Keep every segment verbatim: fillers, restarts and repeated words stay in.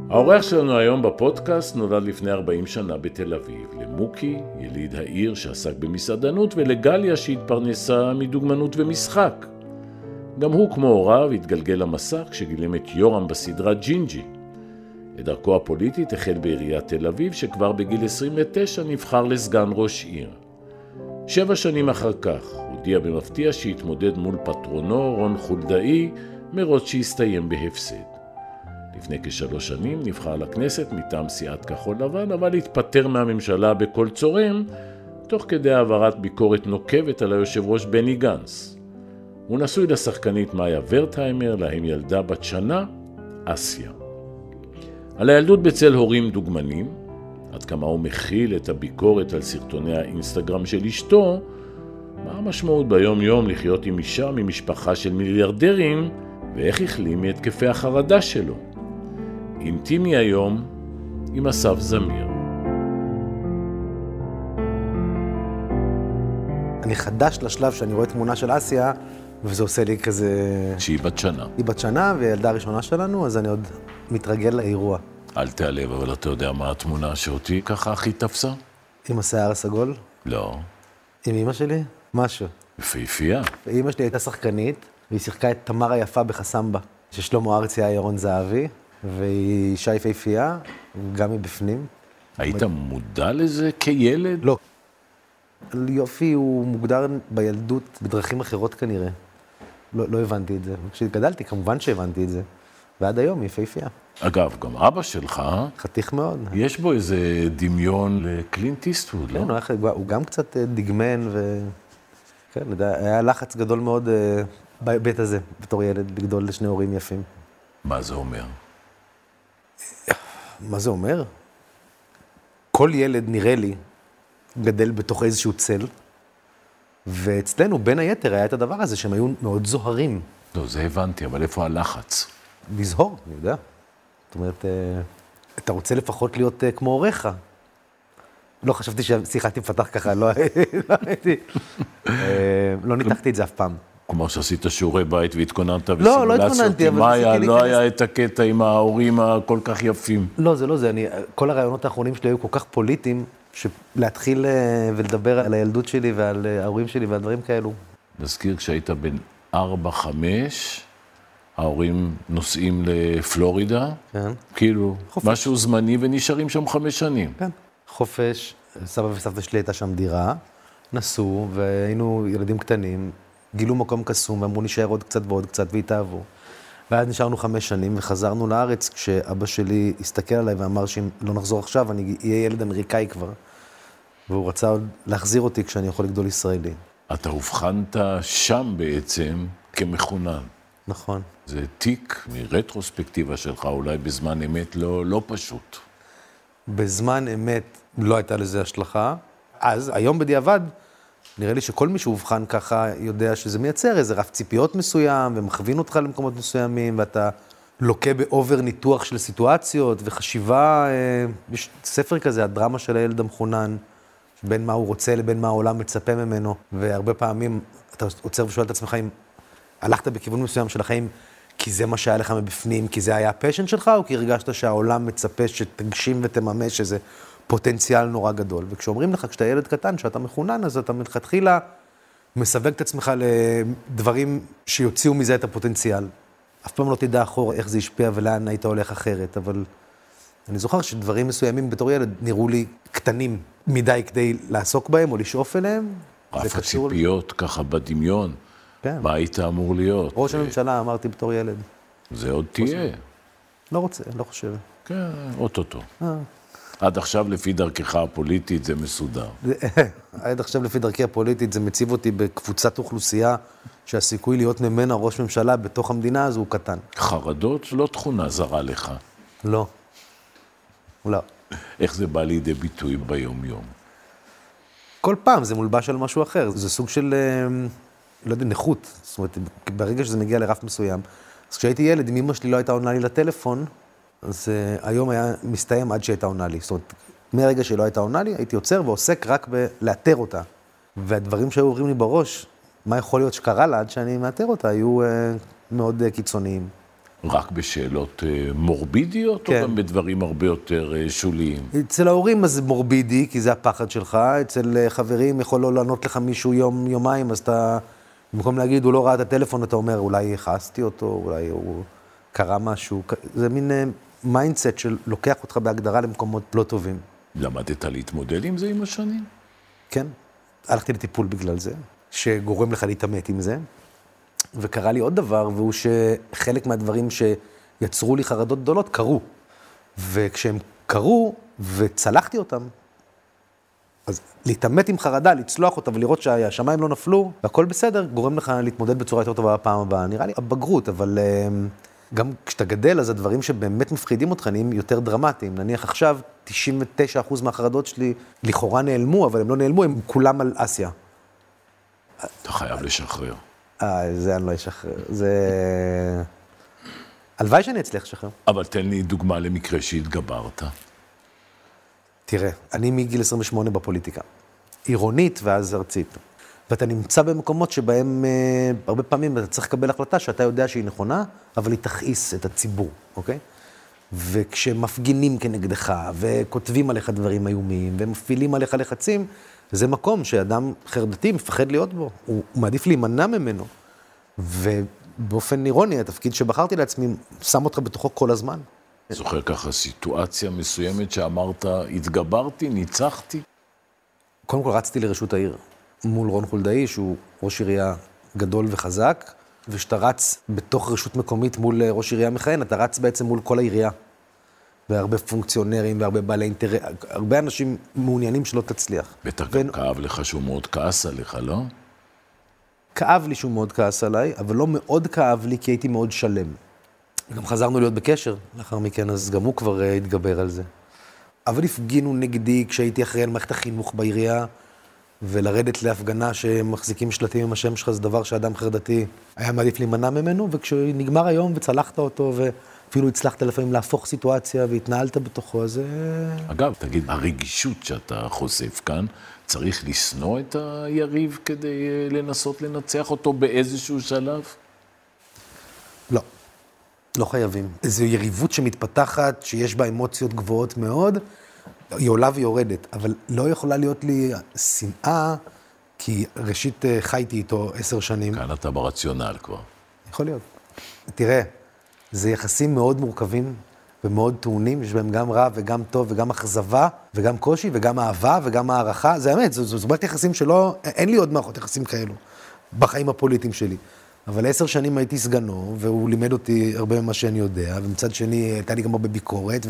האורח שלנו היום בפודקאסט נולד לפני ארבעים שנה בתל אביב, למוקי, יליד העיר שעסק במסעדנות, ולגליה שהתפרנסה מדוגמנות ומשחק. גם הוא כמו הוריו התגלגל למסך כשגילם את יורם בסדרה ג'ינג'י. את דרכו הפוליטית החל בעיריית תל אביב, שכבר בגיל עשרים ותשע נבחר לסגן ראש עיר. שבע שנים אחר כך הודיע במפתיע שהתמודד מול פטרונו רון חולדאי, מרוץ שהסתיים בהפסד. לפני כשלוש שנים נבחר לכנסת מטעם סיעת כחול לבן, אבל התפטר מהממשלה בכל צורם, תוך כדי העברת ביקורת נוקבת על היושב ראש בני גנץ. הוא נשוי לשחקנית מאיה ורטהיימר, להם ילדה בת שנה, אסיה. על הילדות בצל הורים דוגמנים, עד כמה הוא מכיל את הביקורת על סרטוני האינסטגרם של אשתו, מה המשמעות ביום יום לחיות עם אישה ממשפחה של מיליארדרים, ואיך החלים מהתקפי החרדה שלו. אינטימי היום עם אסף זמיר. אני חדש לשלב שאני רואה תמונה של אסיה, וזה עושה לי כזה... שהיא בת שנה. היא בת שנה, וילדה הראשונה שלנו, אז אני עוד מתרגל לאירוע. אל תעלב, אבל אתה יודע מה התמונה שאותי ככה הכי תפסה? עם השיער הסגול? לא. עם אמא שלי? משהו. יפהפייה. אמא שלי הייתה שחקנית, והיא שיחקה את תמר היפה בחסמבה, ששלמה ארצי היה ירון זהבי, והיא אישה יפהפייה, גם מבפנים. היית מודע לזה כילד? לא. יופי הוא מוגדר בילדות בדרכים אחרות כנראה. לא, לא הבנתי את זה. כשגדלתי, כמובן שהבנתי את זה. ועד היום היא יפהפייה. אגב, גם אבא שלך... חתיך מאוד. יש בו איזה דמיון לקלינט איסטווד, לא? כן, הוא, הוא גם קצת דגמן ו... כן, היה לחץ גדול מאוד בבית הזה, בתור ילד, לגדול לשני הורים יפים. מה זה אומר? מה זה אומר? כל ילד, נראה לי, גדל בתוך איזשהו צל, ואצלנו, בין היתר, היה את הדבר הזה שהם היו מאוד זוהרים. לא, זה הבנתי, אבל איפה הלחץ? לזהור, אני יודע. זאת אומרת, אתה רוצה לפחות להיות כמו הוריך. לא חשבתי ששיחתי מפתח ככה, לא הייתי. לא ניתחתי את זה אף פעם. כמו שעשית שיעורי בית והתכוננת לא, לא התכוננתי, אבל ניסיתי להיכנס. לא היה את הקטע עם ההורים הכל כך יפים. לא, זה לא זה. כל הרעיונות האחרונים שלי היו כל כך פוליטיים, שלהתחיל ולדבר על הילדות שלי ועל ההורים שלי ועל דברים כאלו. נזכיר, כשהיית בן ארבע, חמש, ההורים נוסעים לפלורידה. כן. כאילו, משהו זמני ונשארים שם חמש שנים. כן. חופש, סבא וסבתא שלי הייתה שם דירה, נסעו והיינו ילדים קטנים, גילו מקום קסום ואמרו נשאר עוד קצת ועוד קצת והתאהבו. ואז נשארנו חמש שנים וחזרנו לארץ כשאבא שלי הסתכל עליי ואמר שאם לא נחזור עכשיו אני אהיה ילד אמריקאי כבר. והוא רצה עוד להחזיר אותי כשאני יכול לגדול ישראלי. אתה הובחנת שם בעצם כמחונן. נכון. זה תיק מרטרוספקטיבה שלך, אולי בזמן אמת לא, לא פשוט. בזמן אמת לא הייתה לזה השלכה. אז, היום בדיעבד, נראה לי שכל מי שהובחן ככה יודע שזה מייצר איזה רף ציפיות מסוים, ומכווין אותך למקומות מסוימים, ואתה לוקה באובר ניתוח של סיטואציות, וחשיבה, יש ספר כזה, הדרמה של הילד המחונן, בין מה הוא רוצה לבין מה העולם מצפה ממנו, והרבה פעמים אתה עוצר ושואל את עצמך אם הלכת בכיוון מסוים של החיים, כי זה מה שהיה לך מבפנים, כי זה היה הפשן שלך, או כי הרגשת שהעולם מצפה שתגשים ותממש איזה פוטנציאל נורא גדול. וכשאומרים לך, כשאתה ילד קטן, שאתה מחונן, אז אתה מלכתחילה מסווג את עצמך לדברים שיוציאו מזה את הפוטנציאל. אף פעם לא תדע אחורה איך זה ישפיע ולאן היית הולך אחרת, אבל אני זוכר שדברים מסוימים בתור ילד נראו לי קטנים מדי כדי לעסוק בהם או לשאוף אליהם. רף הציפיות ככה בדמיון. כן. מה היית אמור להיות? ראש הממשלה, אמרתי בתור ילד. זה עוד תהיה. לא רוצה, לא חושב. כן, אוטוטו. עד עכשיו לפי דרכך הפוליטית זה מסודר. עד עכשיו לפי דרכי הפוליטית זה מציב אותי בקבוצת אוכלוסייה שהסיכוי להיות ממנה ראש ממשלה בתוך המדינה הזו הוא קטן. חרדות לא תכונה זרה לך. לא. לא. איך זה בא לידי ביטוי ביום יום? כל פעם זה מולבש על משהו אחר. זה סוג של, לא יודע, נכות. זאת אומרת, ברגע שזה מגיע לרף מסוים. אז כשהייתי ילד, אם אמא שלי לא הייתה עונה לי לטלפון, אז uh, היום היה מסתיים עד שהייתה עונה לי. זאת אומרת, מהרגע שלא הייתה עונה לי, הייתי יוצר ועוסק רק בלאתר אותה. והדברים שהיו עוברים לי בראש, מה יכול להיות שקרה לה עד שאני מאתר אותה, היו uh, מאוד uh, קיצוניים. רק בשאלות מורבידיות, כן. או גם בדברים הרבה יותר שוליים? אצל ההורים זה מורבידי, כי זה הפחד שלך. אצל חברים יכול לא לענות לך מישהו יום, יומיים, אז אתה, במקום להגיד, הוא לא ראה את הטלפון, אתה אומר, אולי חסתי אותו, אולי הוא קרה משהו. זה מין מיינדסט שלוקח אותך בהגדרה למקומות לא טובים. למדת להתמודד עם זה עם השנים? כן. הלכתי לטיפול בגלל זה, שגורם לך להתאמת עם זה. וקרה לי עוד דבר, והוא שחלק מהדברים שיצרו לי חרדות גדולות קרו. וכשהם קרו וצלחתי אותם, אז להתאמת עם חרדה, לצלוח אותה ולראות שהשמיים לא נפלו, והכל בסדר, גורם לך להתמודד בצורה יותר טובה בפעם הבאה. נראה לי הבגרות, אבל גם כשאתה גדל, אז הדברים שבאמת מפחידים אותך נהיים יותר דרמטיים. נניח עכשיו, תשעים ותשעה אחוז מהחרדות שלי לכאורה נעלמו, אבל הם לא נעלמו, הם כולם על אסיה. אתה חייב לשחרר. אה, זה אני לא אשחרר. זה... הלוואי שאני אצליח לשחרר. אבל תן לי דוגמה למקרה שהתגברת. תראה, אני מגיל עשרים ושמונה בפוליטיקה. עירונית ואז ארצית. ואתה נמצא במקומות שבהם אה, הרבה פעמים אתה צריך לקבל החלטה שאתה יודע שהיא נכונה, אבל היא תכעיס את הציבור, אוקיי? וכשמפגינים כנגדך וכותבים עליך דברים איומים ומפעילים עליך לחצים, זה מקום שאדם חרדתי מפחד להיות בו, הוא מעדיף להימנע ממנו, ובאופן אירוני, התפקיד שבחרתי לעצמי, שם אותך בתוכו כל הזמן. זוכר ככה סיטואציה מסוימת שאמרת, התגברתי, ניצחתי? קודם כל רצתי לרשות העיר, מול רון חולדאי, שהוא ראש עירייה גדול וחזק, ושאתה רץ בתוך רשות מקומית מול ראש עירייה מכהן, אתה רץ בעצם מול כל העירייה. והרבה פונקציונרים והרבה בעלי אינטרס, הרבה אנשים מעוניינים שלא תצליח. בטח גם כאב לך שהוא מאוד כעס עליך, לא? כאב לי שהוא מאוד כעס עליי, אבל לא מאוד כאב לי כי הייתי מאוד שלם. גם חזרנו להיות בקשר לאחר מכן, אז גם הוא כבר התגבר על זה. אבל הפגינו נגדי כשהייתי אחראי על מערכת החינוך בעירייה, ולרדת להפגנה שמחזיקים שלטים עם השם שלך, זה דבר שאדם חרדתי היה מעדיף להימנע ממנו, וכשנגמר היום וצלחת אותו, ואפילו הצלחת לפעמים להפוך סיטואציה והתנהלת בתוכו, אז... אגב, תגיד, הרגישות שאתה חושף כאן, צריך לסנוע את היריב כדי לנסות לנצח אותו באיזשהו שלב? לא, לא חייבים. זו יריבות שמתפתחת, שיש בה אמוציות גבוהות מאוד, היא עולה ויורדת, אבל לא יכולה להיות לי שנאה, כי ראשית חייתי איתו עשר שנים. כאן אתה ברציונל כבר. יכול להיות. תראה, זה יחסים מאוד מורכבים ומאוד טעונים, יש בהם גם רע וגם טוב וגם אכזבה וגם קושי וגם אהבה וגם הערכה. זה האמת, זו זאת יחסים שלא, אין לי עוד מערכות יחסים כאלו בחיים הפוליטיים שלי. אבל עשר שנים הייתי סגנו, והוא לימד אותי הרבה ממה שאני יודע, ומצד שני הייתה לי גם הרבה ביקורת,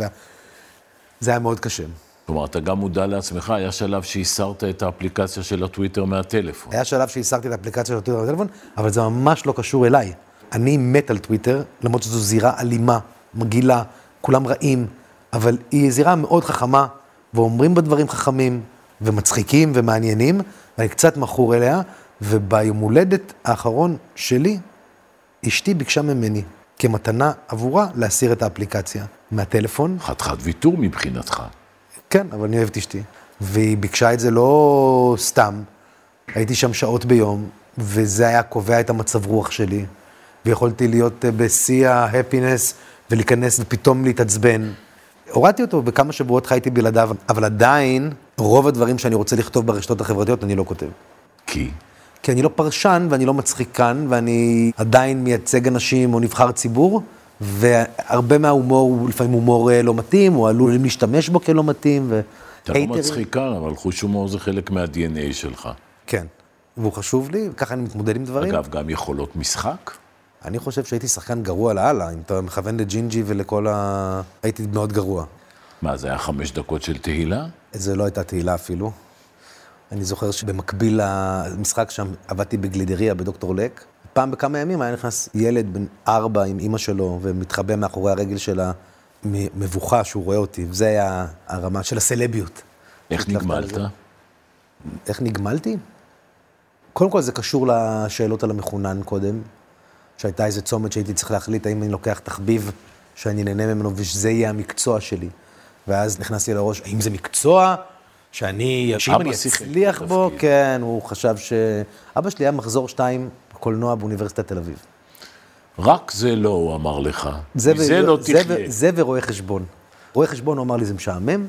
וזה היה מאוד קשה. כלומר, אתה גם מודע לעצמך, היה שלב שהסרת את האפליקציה של הטוויטר מהטלפון. היה שלב שהסרתי את האפליקציה של הטוויטר מהטלפון, אבל זה ממש לא קשור אליי. אני מת על טוויטר, למרות שזו זירה אלימה, מגעילה, כולם רעים, אבל היא זירה מאוד חכמה, ואומרים בדברים חכמים, ומצחיקים ומעניינים, ואני קצת מכור אליה, וביום הולדת האחרון שלי, אשתי ביקשה ממני, כמתנה עבורה, להסיר את האפליקציה מהטלפון. חתיכת ויתור מבחינתך. כן, אבל אני אוהבת אשתי. והיא ביקשה את זה לא סתם. הייתי שם שעות ביום, וזה היה קובע את המצב רוח שלי. ויכולתי להיות בשיא ההפינס, ולהיכנס ופתאום להתעצבן. הורדתי אותו, בכמה שבועות חייתי בלעדיו, אבל עדיין, רוב הדברים שאני רוצה לכתוב ברשתות החברתיות, אני לא כותב. כי? כי אני לא פרשן, ואני לא מצחיקן, ואני עדיין מייצג אנשים או נבחר ציבור, והרבה מההומור הוא לפעמים הומור לא מתאים, או עלולים להשתמש בו כלא מתאים, ו... אתה לא מצחיקן, אבל חוש הומור זה חלק מה-די אן איי שלך. כן, והוא חשוב לי, וככה אני מתמודד עם דברים. אגב, גם יכולות משחק? אני חושב שהייתי שחקן גרוע לאללה, אם אתה מכוון לג'ינג'י ולכל ה... הייתי מאוד גרוע. מה, זה היה חמש דקות של תהילה? זה לא הייתה תהילה אפילו. אני זוכר שבמקביל למשחק שם עבדתי בגלידריה, בדוקטור לק. פעם בכמה ימים היה נכנס ילד בן ארבע עם אמא שלו, ומתחבא מאחורי הרגל שלה, מבוכה שהוא רואה אותי, וזה היה הרמה של הסלביות. איך נגמלת? איך נגמלתי? קודם כל זה קשור לשאלות על המחונן קודם, שהייתה איזה צומת שהייתי צריך להחליט האם אני לוקח תחביב שאני נהנה ממנו, ושזה יהיה המקצוע שלי. ואז נכנסתי לראש, האם זה מקצוע שאני, שאם אני אצליח בו, כן, הוא חשב ש... אבא שלי היה מחזור שתיים בקולנוע באוניברסיטת תל אביב. רק זה לא, הוא אמר לך. זה, מזה ו... לא זה, תחיה. ו... זה ורואה חשבון. רואה חשבון, הוא אמר לי, זה משעמם,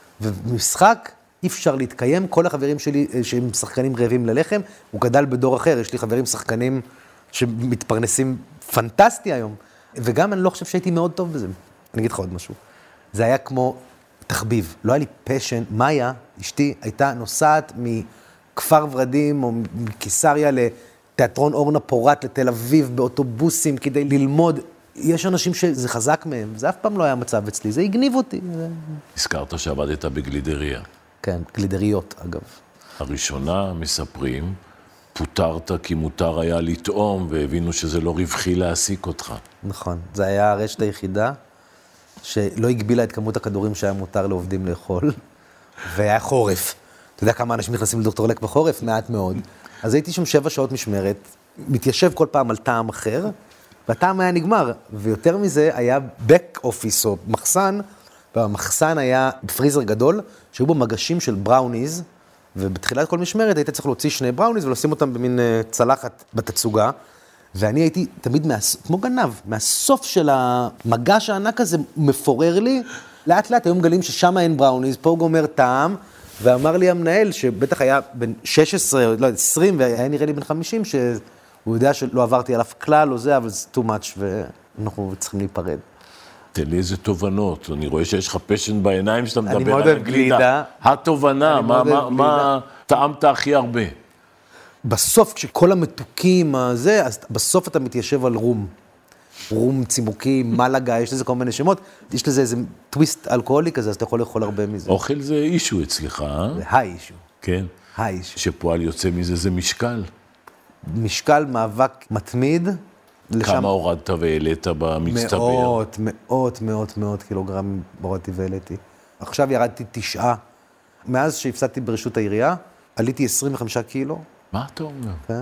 ובמשחק אי אפשר להתקיים. כל החברים שלי שהם שחקנים רעבים ללחם, הוא גדל בדור אחר, יש לי חברים שחקנים שמתפרנסים פנטסטי היום, וגם אני לא חושב שהייתי מאוד טוב בזה. אני אגיד לך עוד משהו. זה היה כמו תחביב, לא היה לי פשן. מאיה, אשתי, הייתה נוסעת מכפר ורדים או מקיסריה לתיאטרון אורנה פורט לתל אביב באוטובוסים כדי ללמוד. יש אנשים שזה חזק מהם, זה אף פעם לא היה מצב אצלי, זה הגניב אותי. הזכרת שעבדת בגלידריה. כן, גלידריות אגב. הראשונה מספרים, פוטרת כי מותר היה לטעום והבינו שזה לא רווחי להעסיק אותך. נכון, זה היה הרשת היחידה שלא הגבילה את כמות הכדורים שהיה מותר לעובדים לאכול, והיה חורף. אתה יודע כמה אנשים נכנסים לדוקטור לק בחורף? מעט מאוד. אז הייתי שם שבע שעות משמרת, מתיישב כל פעם על טעם אחר, והטעם היה נגמר, ויותר מזה היה בק אופיס או מחסן, והמחסן היה פריזר גדול, שהיו בו מגשים של בראוניז, ובתחילת כל משמרת היית צריך להוציא שני בראוניז ולשים אותם במין צלחת בתצוגה, ואני הייתי תמיד, מהס... כמו גנב, מהסוף של המגש הענק הזה מפורר לי, לאט לאט היו מגלים ששם אין בראוניז, פה הוא גומר טעם, ואמר לי המנהל, שבטח היה בן שש עשרה, לא, עשרים, והיה נראה לי בן חמישים, שהוא יודע שלא עברתי עליו כלל או זה, אבל זה too much, ואנחנו צריכים להיפרד. תן לי איזה תובנות, אני רואה שיש לך פשן בעיניים שאתה מדבר על הגלידה. אני מאוד אוהב גלידה. התובנה, מה, מה, מה טעמת הכי הרבה? בסוף, כשכל המתוקים הזה, אז בסוף אתה מתיישב על רום. רום, צימוקים, מלאגה, יש לזה כל מיני שמות, יש לזה איזה טוויסט אלכוהולי כזה, אז אתה יכול לאכול הרבה מזה. אוכל זה אישו אצלך, אה? זה האישו. כן. האישו. שפועל יוצא מזה זה משקל. משקל מאבק מתמיד. לשם... כמה הורדת והעלית במצטבר? מאות, מאות, מאות, מאות קילוגרם הורדתי והעליתי. עכשיו ירדתי תשעה. מאז שהפסדתי ברשות העירייה, עליתי עשרים וחמישה קילו. מה אתה אומר? כן.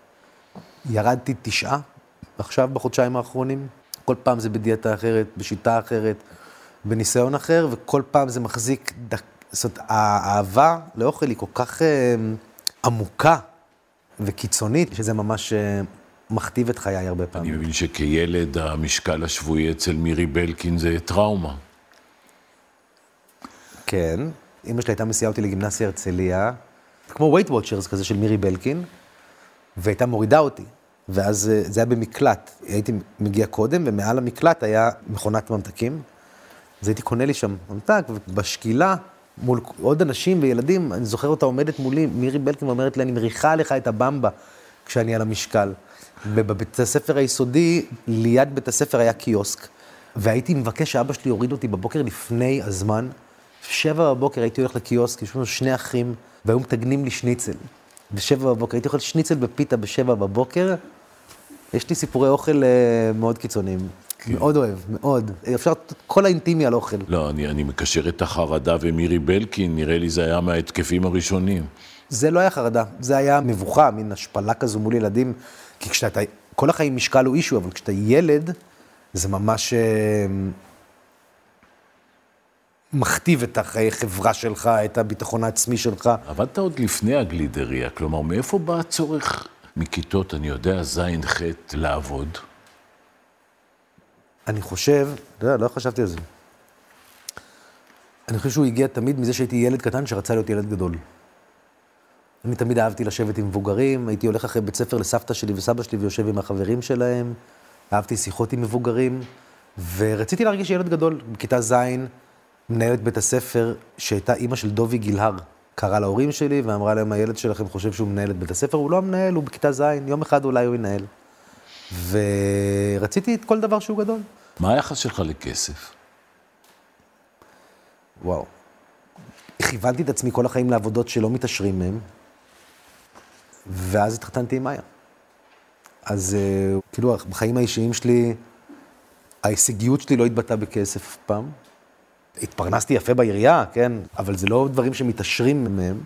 ירדתי תשעה, עכשיו בחודשיים האחרונים. כל פעם זה בדיאטה אחרת, בשיטה אחרת, בניסיון אחר, וכל פעם זה מחזיק, דק... זאת אומרת, האהבה לאוכל היא כל כך אה, עמוקה וקיצונית, שזה ממש אה, מכתיב את חיי הרבה פעמים. אני מבין שכילד המשקל השבועי אצל מירי בלקין זה טראומה. כן. אמא שלי הייתה מסיעה אותי לגימנסיה הרצליה, כמו Weight Watchers כזה של מירי בלקין, והייתה מורידה אותי. ואז זה היה במקלט. הייתי מגיע קודם, ומעל המקלט היה מכונת ממתקים. אז הייתי קונה לי שם ממתק, ובשקילה, מול עוד אנשים וילדים, אני זוכר אותה עומדת מולי, מירי בלקין אומרת לי, אני מריחה עליך את הבמבה כשאני על המשקל. ובבית הספר היסודי, ליד בית הספר היה קיוסק, והייתי מבקש שאבא שלי יוריד אותי בבוקר לפני הזמן. שבע בבוקר הייתי הולך לקיוסק, יש לנו שני אחים, והיו מתגנים לי שניצל. בשבע בבוקר, הייתי אוכל שניצל בפיתה בשבע בבוקר. יש לי סיפורי אוכל מאוד קיצוניים. כן. מאוד אוהב, מאוד. אפשר כל האינטימי על אוכל. לא, אני, אני מקשר את החרדה ומירי בלקין, נראה לי זה היה מההתקפים הראשונים. זה לא היה חרדה, זה היה מבוכה, מין השפלה כזו מול ילדים. כי כשאתה, כל החיים משקל הוא אישו, אבל כשאתה ילד, זה ממש מכתיב את החיי חברה שלך, את הביטחון העצמי שלך. עבדת עוד לפני הגלידריה, כלומר, מאיפה בא הצורך מכיתות, אני יודע, זין חטא לעבוד? אני חושב, לא, לא חשבתי על זה. אני חושב שהוא הגיע תמיד מזה שהייתי ילד קטן שרצה להיות ילד גדול. אני תמיד אהבתי לשבת עם מבוגרים, הייתי הולך אחרי בית ספר לסבתא שלי וסבא שלי ויושב עם החברים שלהם, אהבתי שיחות עם מבוגרים, ורציתי להרגיש ילד גדול. בכיתה זין, מנהלת בית הספר שהייתה אימא של דובי גילהר, קראה להורים שלי ואמרה להם, הילד שלכם חושב שהוא מנהל את בית הספר, הוא לא המנהל, הוא בכיתה זין, יום אחד אולי הוא ינהל. ורציתי את כל דבר שהוא גדול. מה היחס שלך לכסף? וואו. כיוונתי את עצמי כל החיים לעבודות שלא מתעשרים מהם, ואז התחתנתי עם מאיה. אז כאילו, בחיים האישיים שלי, ההישגיות שלי לא התבטאה בכסף אף פעם. התפרנסתי יפה בעירייה, כן? אבל זה לא דברים שמתעשרים מהם.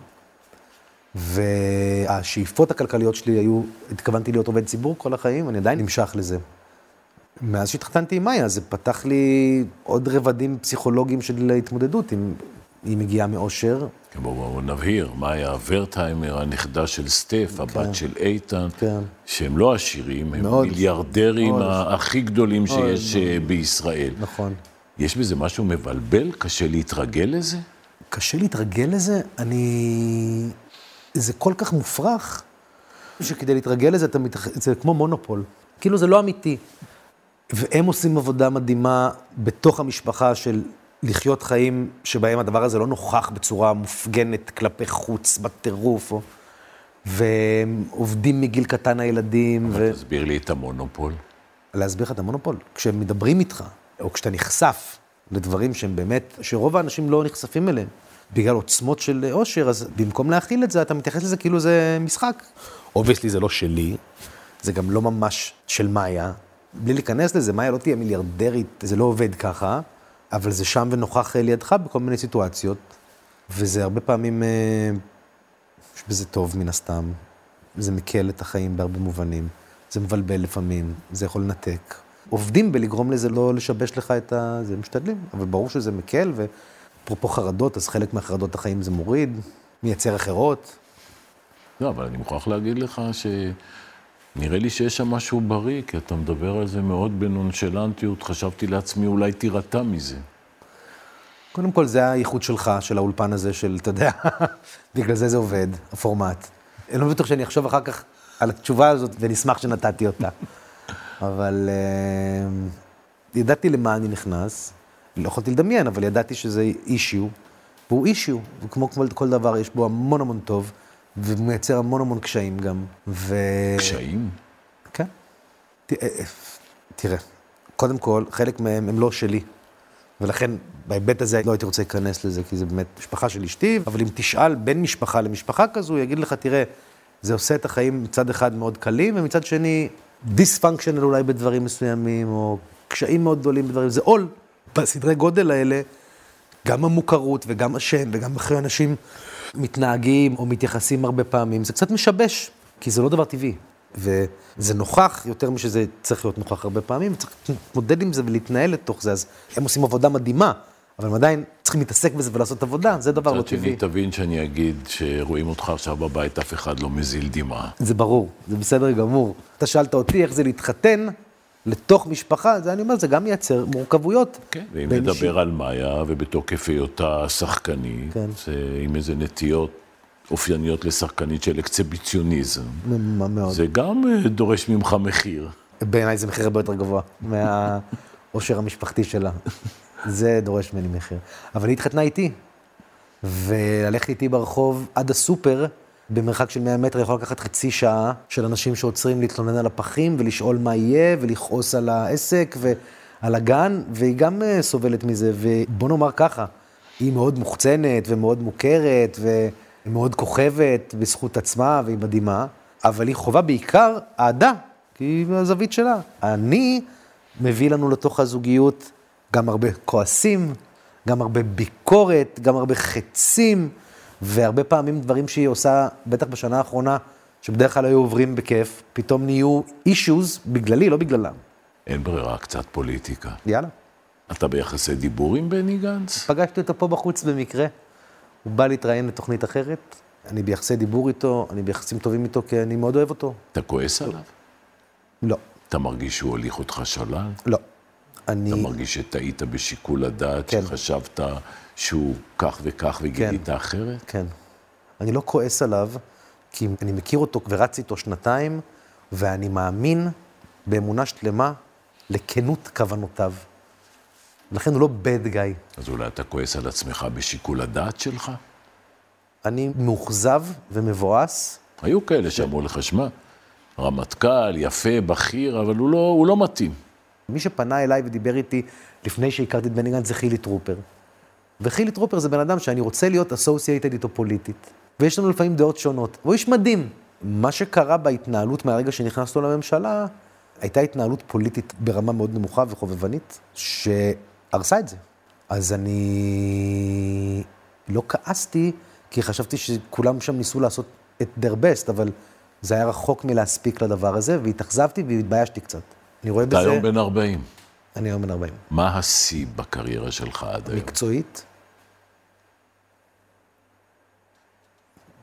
והשאיפות הכלכליות שלי היו, התכוונתי להיות עובד ציבור כל החיים, אני עדיין נמשך לזה. מאז שהתחתנתי עם מאיה, זה פתח לי עוד רבדים פסיכולוגיים של התמודדות עם היא מגיעה מאושר. בואו נבהיר, מאיה ורטהיימר, הנכדה של סטף, הבת של איתן, שהם לא עשירים, הם מיליארדרים הכי גדולים שיש בישראל. נכון. יש בזה משהו מבלבל? קשה להתרגל לזה? קשה להתרגל לזה? אני... זה כל כך מופרך, שכדי להתרגל לזה, אתה מתח... זה כמו מונופול. כאילו זה לא אמיתי. והם עושים עבודה מדהימה בתוך המשפחה של לחיות חיים שבהם הדבר הזה לא נוכח בצורה מופגנת כלפי חוץ, בטירוף, או... והם עובדים מגיל קטן הילדים. ו... תסביר לי את המונופול. להסביר לך את המונופול. כשהם מדברים איתך, או כשאתה נחשף לדברים שהם באמת, שרוב האנשים לא נחשפים אליהם, בגלל עוצמות של אושר, אז במקום להכיל את זה, אתה מתייחס לזה כאילו זה משחק. אובייסלי זה לא שלי, זה גם לא ממש של מאיה. בלי להיכנס לזה, מאיה לא תהיה מיליארדרית, זה לא עובד ככה, אבל זה שם ונוכח לידך בכל מיני סיטואציות, וזה הרבה פעמים, יש בזה טוב מן הסתם, זה מקל את החיים בהרבה מובנים, זה מבלבל לפעמים, זה יכול לנתק. עובדים בלגרום לזה לא לשבש לך את ה... זה משתדלים, אבל ברור שזה מקל, ואפרופו חרדות, אז חלק מהחרדות החיים זה מוריד, מייצר אחרות. לא, אבל אני מוכרח להגיד לך שנראה לי שיש שם משהו בריא, כי אתה מדבר על זה מאוד בנונשלנטיות, חשבתי לעצמי אולי תירתע מזה. קודם כל זה הייחוד שלך, של האולפן הזה, של, אתה יודע, בגלל זה זה עובד, הפורמט. אני לא בטוח שאני אחשוב אחר כך על התשובה הזאת, ונשמח שנתתי אותה. אבל uh, ידעתי למה אני נכנס, לא יכולתי לדמיין, אבל ידעתי שזה אישיו, והוא אישיו, וכמו כל דבר יש בו המון המון טוב, ומייצר המון המון קשיים גם. ו... קשיים? כן. ת, תראה, קודם כל, חלק מהם הם לא שלי, ולכן בהיבט הזה לא הייתי רוצה להיכנס לזה, כי זה באמת משפחה של אשתי, אבל אם תשאל בין משפחה למשפחה כזו, יגיד לך, תראה, זה עושה את החיים מצד אחד מאוד קלים, ומצד שני, דיספונקשנל אולי בדברים מסוימים, או קשיים מאוד גדולים בדברים, זה עול. בסדרי גודל האלה, גם המוכרות וגם השם, וגם אחרי אנשים מתנהגים או מתייחסים הרבה פעמים, זה קצת משבש, כי זה לא דבר טבעי. וזה נוכח יותר משזה צריך להיות נוכח הרבה פעמים, וצריך להתמודד עם זה ולהתנהל לתוך זה, אז הם עושים עבודה מדהימה, אבל הם עדיין צריכים להתעסק בזה ולעשות עבודה, זה דבר לא טבעי. שאני תבין שאני אגיד שרואים אותך עכשיו בבית, אף אחד לא מזיל דמעה. זה ברור, זה בסדר גמור. אתה שאלת אותי איך זה להתחתן לתוך משפחה, זה אני אומר, זה גם מייצר מורכבויות. כן, ואם נדבר על מאיה, ובתוקף היותה שחקנית, עם איזה נטיות אופייניות לשחקנית של אקציביציוניזם. מה מאוד. זה גם דורש ממך מחיר. בעיניי זה מחיר הרבה יותר גבוה, מהאושר המשפחתי שלה. זה דורש ממני מחיר. אבל היא התחתנה איתי, וללכת איתי ברחוב עד הסופר, במרחק של מאה מטר, יכול לקחת חצי שעה של אנשים שעוצרים להתלונן על הפחים, ולשאול מה יהיה, ולכעוס על העסק, ועל הגן, והיא גם סובלת מזה. ובוא נאמר ככה, היא מאוד מוחצנת, ומאוד מוכרת, ומאוד כוכבת בזכות עצמה, והיא מדהימה, אבל היא חובה בעיקר אהדה, כי היא הזווית שלה. אני מביא לנו לתוך הזוגיות גם הרבה כועסים, גם הרבה ביקורת, גם הרבה חצים, והרבה פעמים דברים שהיא עושה, בטח בשנה האחרונה, שבדרך כלל היו עוברים בכיף, פתאום נהיו אישוז בגללי, לא בגללם. אין ברירה, קצת פוליטיקה. יאללה. אתה ביחסי דיבור עם בני גנץ? פגשתי אותו פה בחוץ במקרה. הוא בא להתראיין לתוכנית אחרת. אני ביחסי דיבור איתו, אני ביחסים טובים איתו, כי אני מאוד אוהב אותו. אתה כועס עליו? לא. אתה מרגיש שהוא הוליך אותך שולל? לא. אני... אתה מרגיש שטעית בשיקול הדעת, כן. שחשבת שהוא כך וכך וגילית כן. אחרת? כן. אני לא כועס עליו, כי אני מכיר אותו ורץ איתו שנתיים, ואני מאמין באמונה שלמה לכנות כוונותיו. לכן הוא לא bad guy. אז אולי אתה כועס על עצמך בשיקול הדעת שלך? אני מאוכזב ומבואס. היו כאלה שאמרו לך, שמע, רמטכ"ל, יפה, בכיר, אבל הוא לא, הוא לא מתאים. מי שפנה אליי ודיבר איתי לפני שהכרתי את בני גנץ זה חילי טרופר. וחילי טרופר זה בן אדם שאני רוצה להיות associated איתו פוליטית. ויש לנו לפעמים דעות שונות. והוא איש מדהים. מה שקרה בהתנהלות מהרגע שנכנסנו לממשלה, הייתה התנהלות פוליטית ברמה מאוד נמוכה וחובבנית, שהרסה את זה. אז אני לא כעסתי, כי חשבתי שכולם שם ניסו לעשות את their best, אבל זה היה רחוק מלהספיק לדבר הזה, והתאכזבתי והתביישתי קצת. אני רואה בזה... אתה היום בן ארבעים. אני היום בן ארבעים. מה השיא בקריירה שלך עד היום? מקצועית,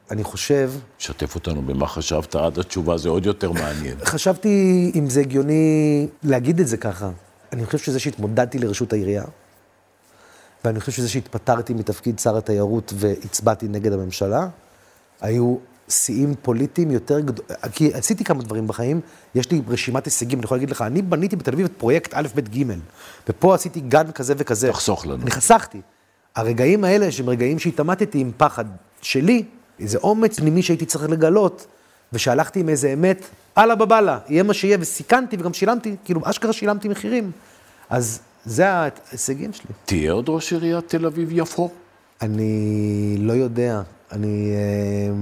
אני חושב... שתף אותנו במה חשבת עד התשובה, זה עוד יותר מעניין. חשבתי אם זה הגיוני להגיד את זה ככה. אני חושב שזה שהתמודדתי לרשות העירייה, ואני חושב שזה שהתפטרתי מתפקיד שר התיירות והצבעתי נגד הממשלה, היו שיאים פוליטיים יותר גדולים, כי עשיתי כמה דברים בחיים, יש לי רשימת הישגים, אני יכול להגיד לך, אני בניתי בתל אביב את פרויקט א' ב' ג', ופה עשיתי גן כזה וכזה. תחסוך לנו. אני חסכתי. הרגעים האלה, שהם רגעים שהתעמתתי עם פחד שלי, איזה אומץ פנימי שהייתי צריך לגלות, ושהלכתי עם איזה אמת, הלאה בבאללה, יהיה מה שיהיה, וסיכנתי וגם שילמתי, כאילו אשכרה שילמתי מחירים. אז זה ההישגים שלי. תהיה עוד ראש עיריית תל אביב יפו? אני לא יודע, אני אה,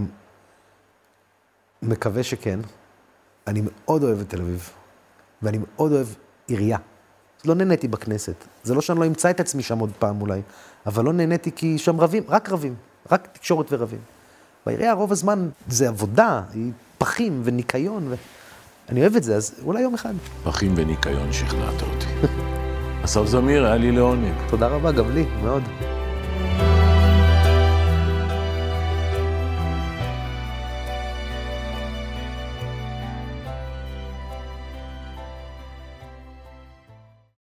מקווה שכן. אני מאוד אוהב את תל אביב, ואני מאוד אוהב עירייה. לא נהניתי בכנסת, זה לא שאני לא אמצא את עצמי שם עוד פעם אולי, אבל לא נהניתי כי שם רבים, רק רבים, רק תקשורת ורבים. בעירייה רוב הזמן זה עבודה, היא פחים וניקיון, ואני אוהב את זה, אז אולי יום אחד. פחים וניקיון שכנעת אותי. אסף זמיר, היה לי לעונג. תודה רבה, גם לי, מאוד.